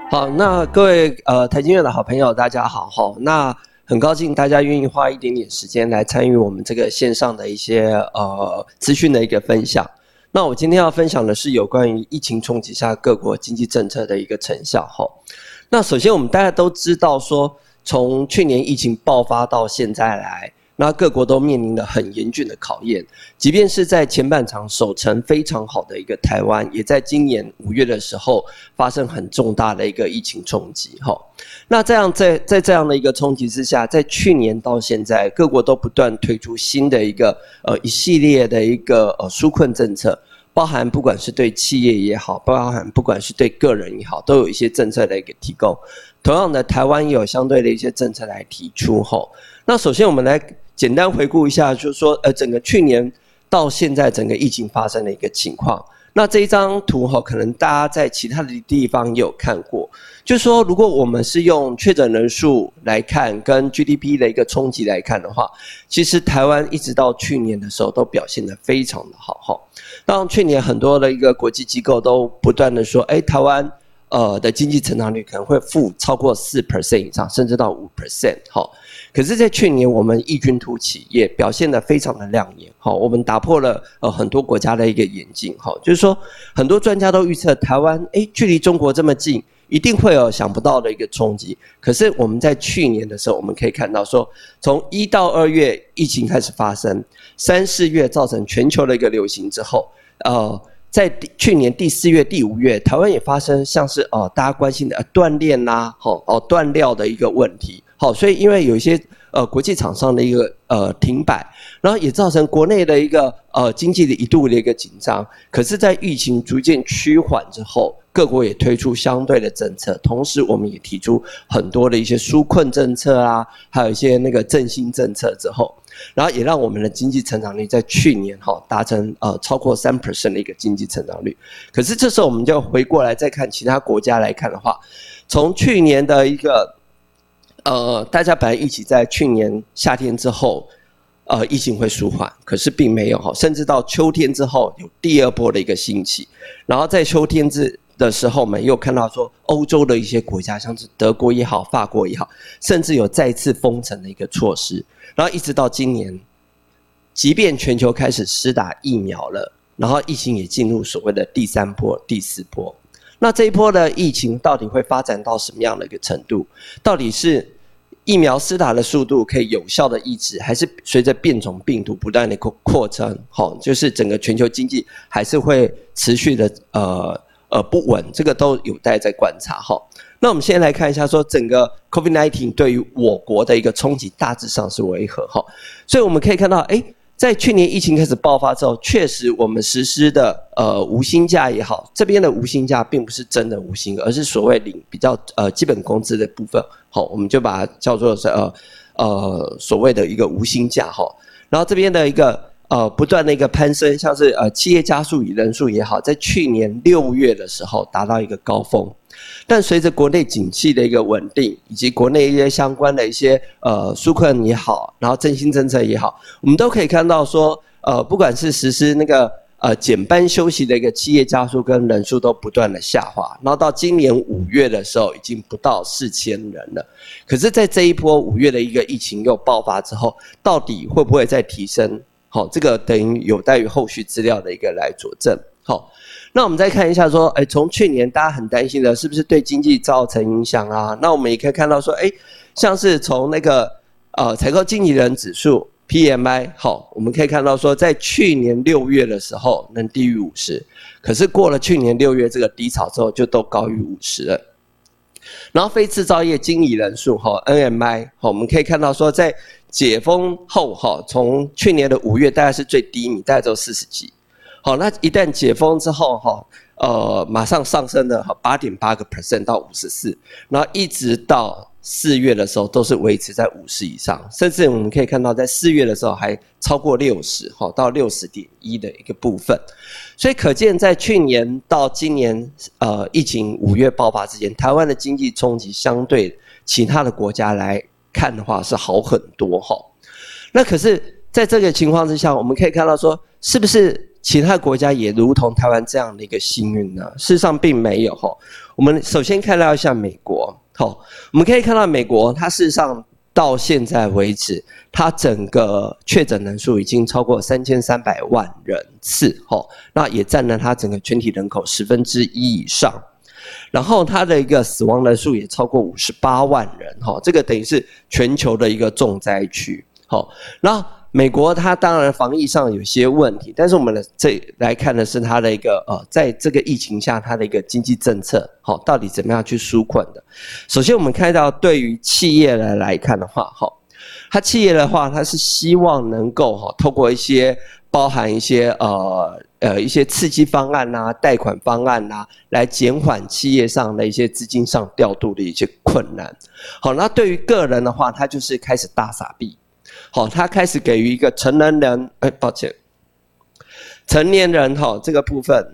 好，那各位台经院的好朋友，大家好哈。那很高兴大家愿意花一点点时间来参与我们这个线上的一些资讯的一个分享。那我今天要分享的是有关于疫情冲击下各国经济政策的一个成效哈。那首先我们大家都知道说，从去年疫情爆发到现在来，那各国都面临了很严峻的考验，即便是在前半场守成非常好的一个台湾，也在今年5月的时候发生很重大的一个疫情冲击。那这样在这样的一个冲击之下，在去年到现在，各国都不断推出新的一个一系列的一个纾困政策，包含不管是对企业也好，包含不管是对个人也好，都有一些政策的一个提供。同样的，台湾也有相对的一些政策来提出。那首先我们来简单回顾一下，就是说整个去年到现在整个疫情发生的一个情况。那这一张图可能大家在其他的地方也有看过，就是说如果我们是用确诊人数来看跟 GDP 的一个冲击来看的话，其实台湾一直到去年的时候都表现得非常的好。当去年很多的一个国际机构都不断的说，台湾的经济成长率可能会负超过 4% 以上，甚至到 5%。可是在去年我们异军突起，也表现得非常的亮眼。我们打破了很多国家的一个眼镜。就是说很多专家都预测台湾距离中国这么近，一定会有想不到的一个冲击。可是我们在去年的时候，我们可以看到说，从1到2月疫情开始发生，3、4月造成全球的一个流行之后，在去年第4月、第5月，台湾也发生像是大家关心的断链啦、断料的一个问题。所以因为有一些国际厂商的一个停摆，然后也造成国内的一个经济的一度的一个紧张。可是在疫情逐渐趋缓之后，各国也推出相对的政策，同时我们也提出很多的一些纾困政策啊，还有一些那个振兴政策之后，然后也让我们的经济成长率在去年达成超过 3% 的一个经济成长率。可是这时候我们就回过来再看其他国家来看的话，从去年的一个大家本来预期在去年夏天之后疫情会舒缓，可是并没有，甚至到秋天之后有第2波的一个兴起。然后在秋天的时候，我们又看到说欧洲的一些国家，像是德国也好、法国也好，甚至有再次封城的一个措施。然后一直到今年，即便全球开始施打疫苗了，然后疫情也进入所谓的第3波、第4波。那这一波的疫情到底会发展到什么样的一个程度？到底是疫苗施打的速度可以有效的抑制，还是随着变种病毒不断的扩张，就是整个全球经济还是会持续的不稳，这个都有待在观察。那我们先来看一下说整个 COVID-19 对于我国的一个冲击大致上是为何。所以我们可以看到在去年疫情开始爆发之后，确实我们实施的无薪假也好，这边的无薪假并不是真的无薪，而是所谓领比较基本工资的部分。我们就把它叫做是所谓的一个无薪假。然后这边的一个不断的一个攀升，像是企业家数与人数也好，在去年6月的时候达到一个高峰。但随着国内景气的一个稳定，以及国内一些相关的一些纾困也好，然后振兴政策也好，我们都可以看到说不管是实施那个减班休息的一个企业家数跟人数都不断的下滑，然后到今年5月的时候已经不到4000人了。可是在这一波5月的一个疫情又爆发之后，到底会不会再提升？这个等于有待于后续资料的一个来佐证。那我们再看一下说从去年大家很担心的是不是对经济造成影响啊？那我们也可以看到说像是从那个采购经理人指数 PMI， 我们可以看到说在去年6月的时候能低于50，可是过了去年6月这个低潮之后就都高于50了。然后非制造业经理人数NMI， 我们可以看到说在解封后从去年的5月大概是最低迷，大概只有40几。那一旦解封之后马上上升了 8.8% 到54，然后一直到4月的时候都是维持在50以上，甚至我们可以看到在4月的时候还超过60到 60.1 的一个部分。所以可见在去年到今年疫情5月爆发之前，台湾的经济冲击相对其他的国家来看的话是好很多。那可是在这个情况之下，我们可以看到说是不是其他国家也如同台湾这样的一个幸运呢？事实上并没有哈。我们首先看到一下美国，我们可以看到美国，它事实上到现在为止，它整个确诊人数已经超过3300万人次，那也占了它整个全体人口1/10以上。然后它的一个死亡人数也超过58万人，这个等于是全球的一个重灾区。那美国它当然防疫上有些问题，但是我们来看的是它的一个在这个疫情下它的一个经济政策，到底怎么样去纾困的。首先我们看到对于企业来看的话，它企业的话，它是希望能够透过一些包含一些一些刺激方案啊、贷款方案啊，来减缓企业上的一些资金上调度的一些困难。好，那对于个人的话，他就是开始大撒币。好，他开始给予一个成年人这个部分。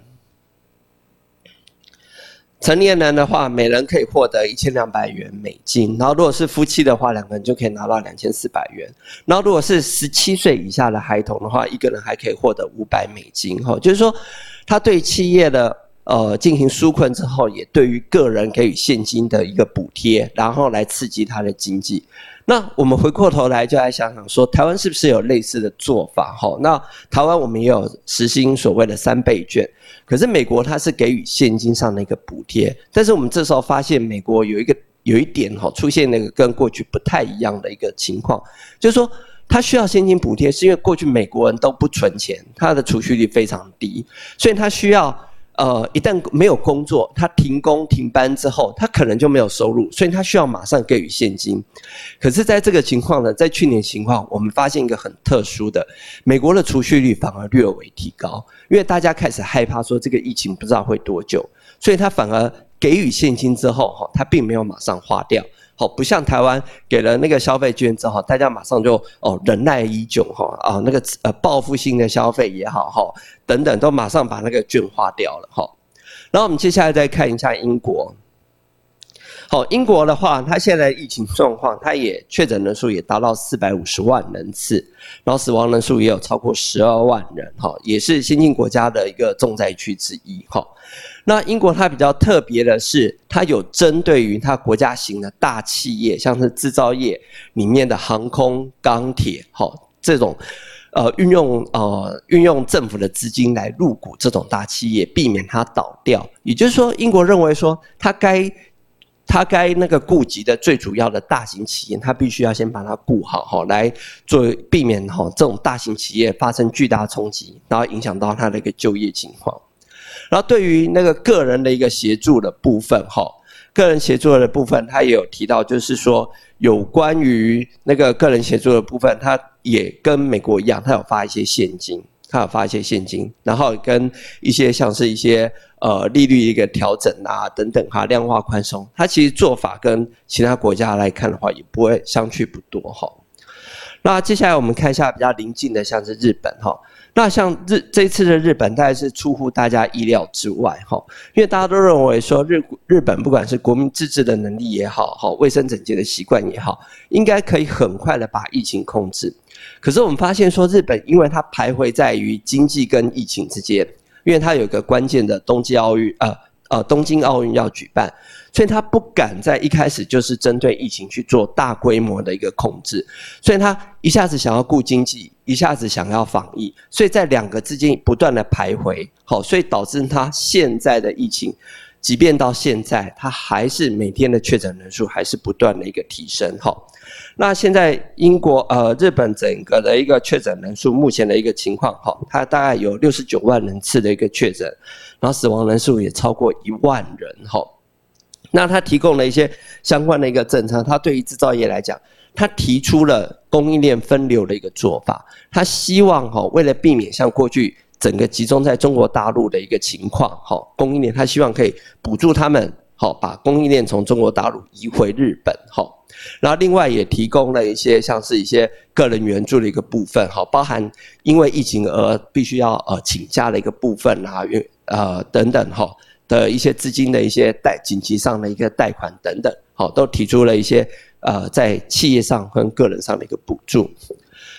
成年人的话，每人可以获得1200元美金，然后如果是夫妻的话，2个人就可以拿到2400元。然后如果是17岁以下的孩童的话，一个人还可以获得500美金。就是说，他对企业的进行纾困之后，也对于个人给予现金的一个补贴，然后来刺激他的经济。那我们回过头来就来想想说，台湾是不是有类似的做法？那台湾我们也有实行所谓的3倍券，可是美国它是给予现金上的一个补贴，但是我们这时候发现美国有一点出现那个跟过去不太一样的一个情况，就是说它需要现金补贴，是因为过去美国人都不存钱，他的储蓄率非常低，所以他需要一旦没有工作，他停工停班之后，他可能就没有收入，所以他需要马上给予现金。可是在这个情况呢，在去年情况，我们发现一个很特殊的，美国的储蓄率反而略微提高，因为大家开始害怕说这个疫情不知道会多久，所以他反而给予现金之后，他并没有马上花掉。不像台湾给了那个消费券之后，大家马上就忍耐已久那个报复性的消费也好等等，都马上把那个券花掉了然后我们接下来再看一下英国。英国的话，它现在的疫情状况，它也确诊人数也达到450万人次，然后死亡人数也有超过12万人也是先进国家的一个重灾区之一那英国它比较特别的是，它有针对于它国家型的大企业，像是制造业里面的航空、钢铁这种运用政府的资金来入股这种大企业，避免它倒掉。也就是说，英国认为说它该那个顾及的最主要的大型企业，它必须要先把它顾好来避免这种大型企业发生巨大冲击，然后影响到它的一个就业情况。然后对于那个个人的一个协助的部分个人协助的部分，他也有提到，就是说有关于那个个人协助的部分，他也跟美国一样，他有发一些现金，然后跟一些像是一些利率一个调整啊等等量化宽松，它其实做法跟其他国家来看的话，也不会相去不多那接下来我们看一下比较邻近的，像是日本那像这一次的日本，大概是出乎大家意料之外因为大家都认为说日本不管是国民自治的能力也好卫生整洁的习惯也好，应该可以很快的把疫情控制。可是我们发现说，日本因为它徘徊在于经济跟疫情之间，因为它有一个关键的东京奥运要举办，所以他不敢在一开始就是针对疫情去做大规模的一个控制，所以他一下子想要顾经济，一下子想要防疫，所以在两个之间不断的徘徊，所以导致他现在的疫情，即便到现在，他还是每天的确诊人数还是不断的一个提升那现在日本整个的一个确诊人数目前的一个情况它大概有69万人次的一个确诊，然后死亡人数也超过1万人那他提供了一些相关的一个政策，他对于制造业来讲，他提出了供应链分流的一个做法，他希望为了避免像过去整个集中在中国大陆的一个情况供应链他希望可以补助他们把供应链从中国大陆移回日本然后另外也提供了一些像是一些个人援助的一个部分包含因为疫情而必须要请假的一个部分等等的一些资金的一些紧急上的一个贷款等等都提出了一些在企业上跟个人上的一个补助。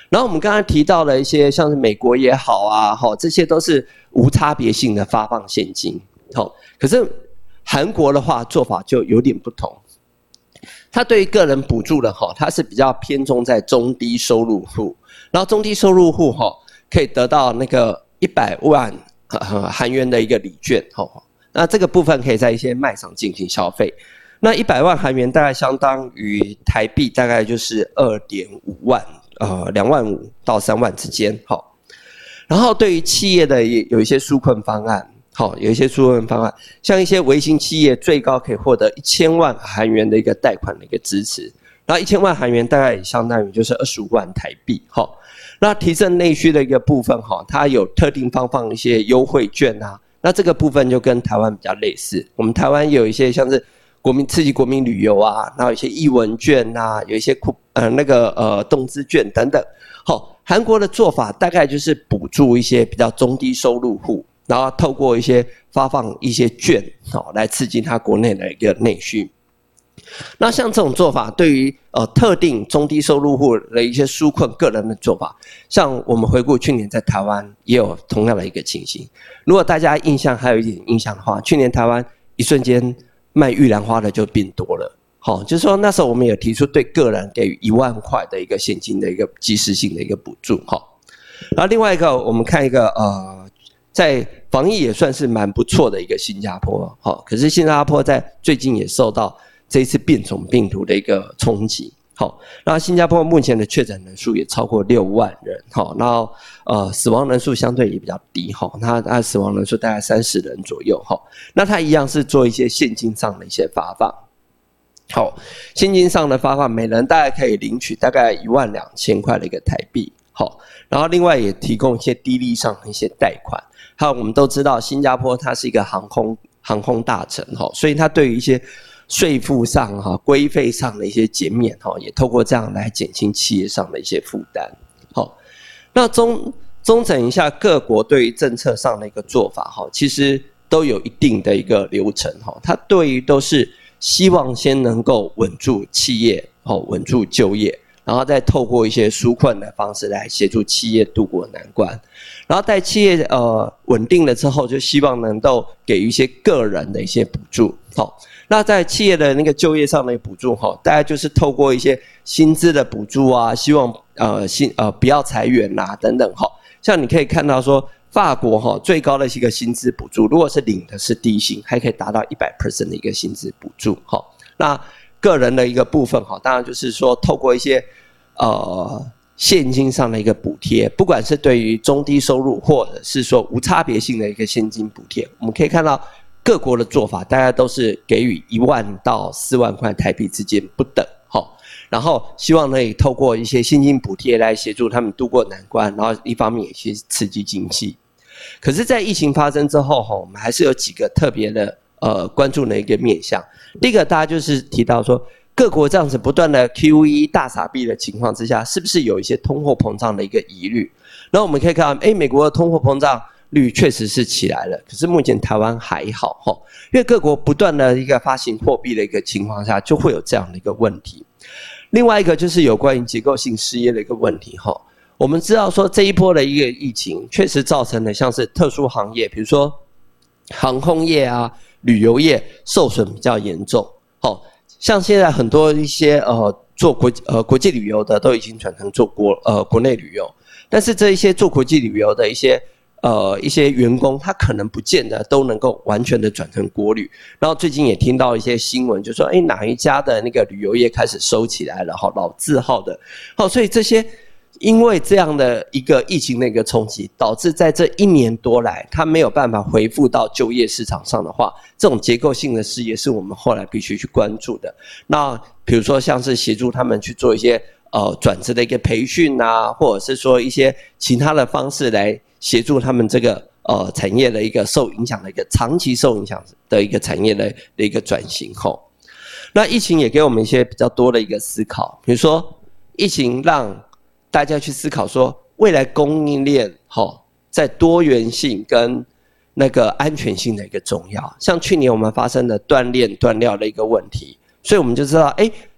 然后我们刚才提到了一些像是美国也好啊，这些都是无差别性的发放现金。可是韩国的话做法就有点不同，它对于个人补助的它是比较偏重在中低收入户，然后中低收入户可以得到那个100万韩元的一个礼券，那这个部分可以在一些卖场进行消费。那100万韩元大概相当于台币大概就是2.5万，2万5到3万之间。然后对于企业的也有一些纾困方案，有一些纾困方案，像一些微型企业最高可以获得1000万韩元的一个贷款的一个支持，然后1000万韩元大概也相当于就是25万台币。那提振内需的一个部分，它有特定发放一些优惠券啊，那这个部分就跟台湾比较类似，我们台湾有一些像是刺激国民旅游啊，然后有一些艺文券啊，有一些动资券等等。韩国的做法大概就是补助一些比较中低收入户，然后透过一些发放一些券，来刺激它国内的一个内需。那像这种做法，对于特定中低收入户的一些纾困个人的做法，像我们回顾去年在台湾也有同样的一个情形。如果大家还有一点印象的话，去年台湾一瞬间卖玉兰花的就变多了。就是说那时候我们有提出对个人给予1万块的一个现金的一个即时性的一个补助。然后另外一个我们看一个在防疫也算是蛮不错的一个新加坡。可是新加坡在最近也受到这一次变种病毒的一个冲击。那新加坡目前的确诊人数也超过6万人。然后死亡人数相对也比较低。它死亡人数大概30人左右。那它一样是做一些现金上的一些发放。现金上的发放，每人大概可以领取大概12000块的一个台币。然后另外也提供一些低利上的一些贷款。还有我们都知道新加坡它是一个航空大城，所以它对于一些税负上规费上的一些减免，也透过这样来减轻企业上的一些负担。那综整一下各国对于政策上的一个做法，其实都有一定的一个流程。它对于都是希望先能够稳住企业，稳住就业，然后再透过一些纾困的方式来协助企业渡过难关。然后在企业稳定了之后，就希望能够给予一些个人的一些补助。那在企业的那个就业上的补助，大概就是透过一些薪资的补助啊，希望不要裁员啊等等。像你可以看到说法国最高的一个薪资补助，如果是领的是低薪，还可以达到100% 的一个薪资补助。那个人的一个部分，当然就是说透过一些现金上的一个补贴，不管是对于中低收入或者是说无差别性的一个现金补贴，我们可以看到各国的做法大概都是给予1万到4万块台币之间不等。然后希望可以透过一些现金补贴来协助他们渡过难关，然后一方面也去刺激经济。可是在疫情发生之后，我们还是有几个特别的关注的一个面向。第一个大家就是提到说，各国这样子不断的 QE 大撒币的情况之下，是不是有一些通货膨胀的一个疑虑？然后我们可以看到美国的通货膨胀率确实是起来了，可是目前台湾还好。因为各国不断的一个发行货币的一个情况下，就会有这样的一个问题。另外一个就是有关于结构性失业的一个问题。我们知道说这一波的一个疫情确实造成了像是特殊行业，比如说航空业啊、旅游业受损比较严重。像现在很多一些做国际旅游的都已经转成做国内旅游，但是这一些做国际旅游的一些员工，他可能不见得都能够完全的转成国旅。然后最近也听到一些新闻，就说哪一家的那个旅游业开始收起来了，老字号的。所以这些因为这样的一个疫情的一个冲击，导致在这1年多来，他没有办法回复到就业市场上的话，这种结构性的失业是我们后来必须去关注的。那比如说像是协助他们去做一些转职的一个培训啊，或者是说一些其他的方式来协助他们这个产业的一个受影响的一个长期受影响的一个产业的一个转型。那疫情也给我们一些比较多的一个思考，比如说疫情让大家去思考说未来供应链在多元性跟那个安全性的一个重要。像去年我们发生的断料的一个问题，所以我们就知道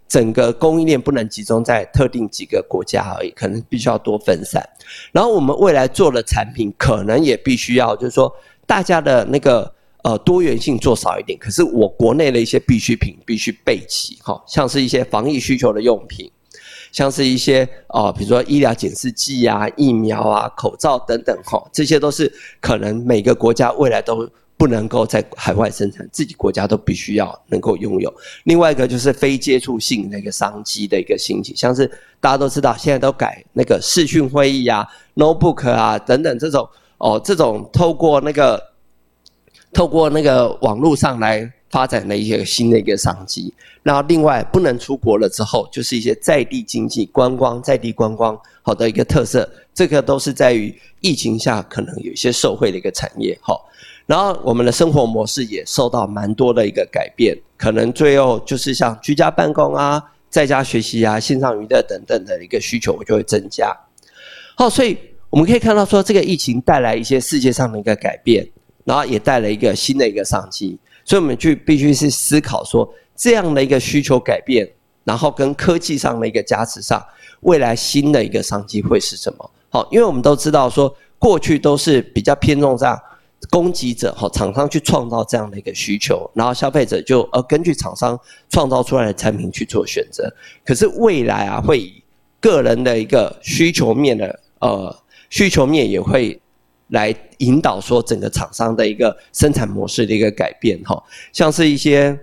整个供应链不能集中在特定几个国家而已，可能必须要多分散。然后我们未来做的产品，可能也必须要就是说，大家的那个多元性做少一点，可是我国内的一些必需品必须备齐，像是一些防疫需求的用品，像是一些比如说医疗检视剂啊、疫苗啊、口罩等等，这些都是可能每个国家未来都不能够在海外生产，自己国家都必须要能够拥有。另外一个就是非接触性的一个商机的一个兴起，像是大家都知道现在都改那个视讯会议啊、notebook 啊等等这种透过那个网络上来发展的一些新的一个商机。然后另外不能出国了之后，就是一些在地经济、观光、在地观光好的一个特色，这个都是在于疫情下可能有一些受惠的一个产业。然后我们的生活模式也受到蛮多的一个改变，可能最后就是像居家办公啊、在家学习啊、线上娱乐等等的一个需求就会增加。所以我们可以看到说，这个疫情带来一些世界上的一个改变，然后也带来一个新的一个商机，所以我们就必须是思考说，这样的一个需求改变，然后跟科技上的一个加持上，未来新的一个商机会是什么？因为我们都知道说，过去都是比较偏重在供给者厂商去创造这样的一个需求，然后消费者就根据厂商创造出来的产品去做选择。可是未来啊，会以个人的一个需求面也会来引导说整个厂商的一个生产模式的一个改变。像是一些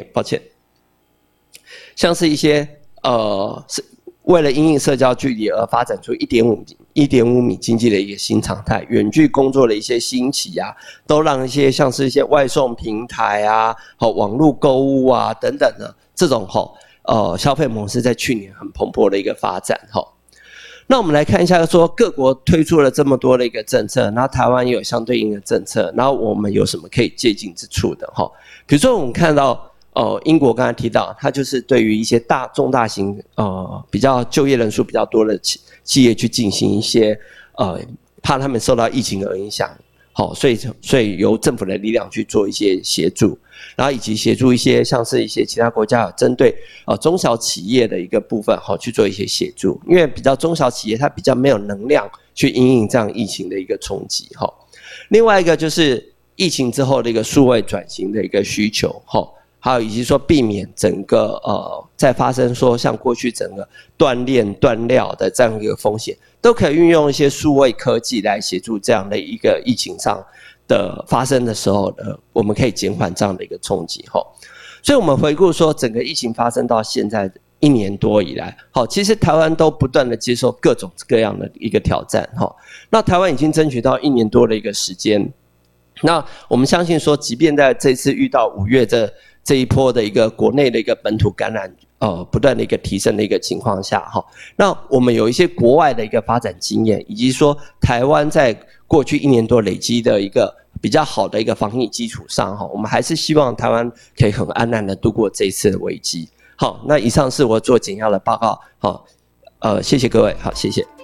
像是一些为了因应社交距离而发展出1.5米经济的一个新常态，远距工作的一些兴起啊，都让一些像是一些外送平台啊、网络购物啊等等的这种消费模式在去年很蓬勃的一个发展。那我们来看一下说，各国推出了这么多的一个政策，然后台湾也有相对应的政策，然后我们有什么可以借鉴之处的。比如说我们看到英国刚才提到，它就是对于一些中大型比较就业人数比较多的企业去进行一些怕他们受到疫情而影响，所以由政府的力量去做一些协助，然后以及协助一些像是一些其他国家有针对中小企业的一个部分去做一些协助，因为比较中小企业它比较没有能量去因应这样疫情的一个冲击。另外一个就是疫情之后的一个数位转型的一个需求，还有以及说避免整个再发生说像过去整个断链断料的这样一个风险，都可以运用一些数位科技来协助这样的一个疫情上的发生的时候呢，我们可以减缓这样的一个冲击。所以我们回顾说，整个疫情发生到现在1年多以来，其实台湾都不断的接受各种各样的一个挑战。那台湾已经争取到1年多的一个时间，那我们相信说，即便在这次遇到5月这一波的一个国内的一个本土感染不断的一个提升的一个情况下，那我们有一些国外的一个发展经验，以及说台湾在过去1年多累积的一个比较好的一个防疫基础上，我们还是希望台湾可以很安然的度过这一次的危机。好，那以上是我做简要的报告。好，谢谢各位，好，谢谢。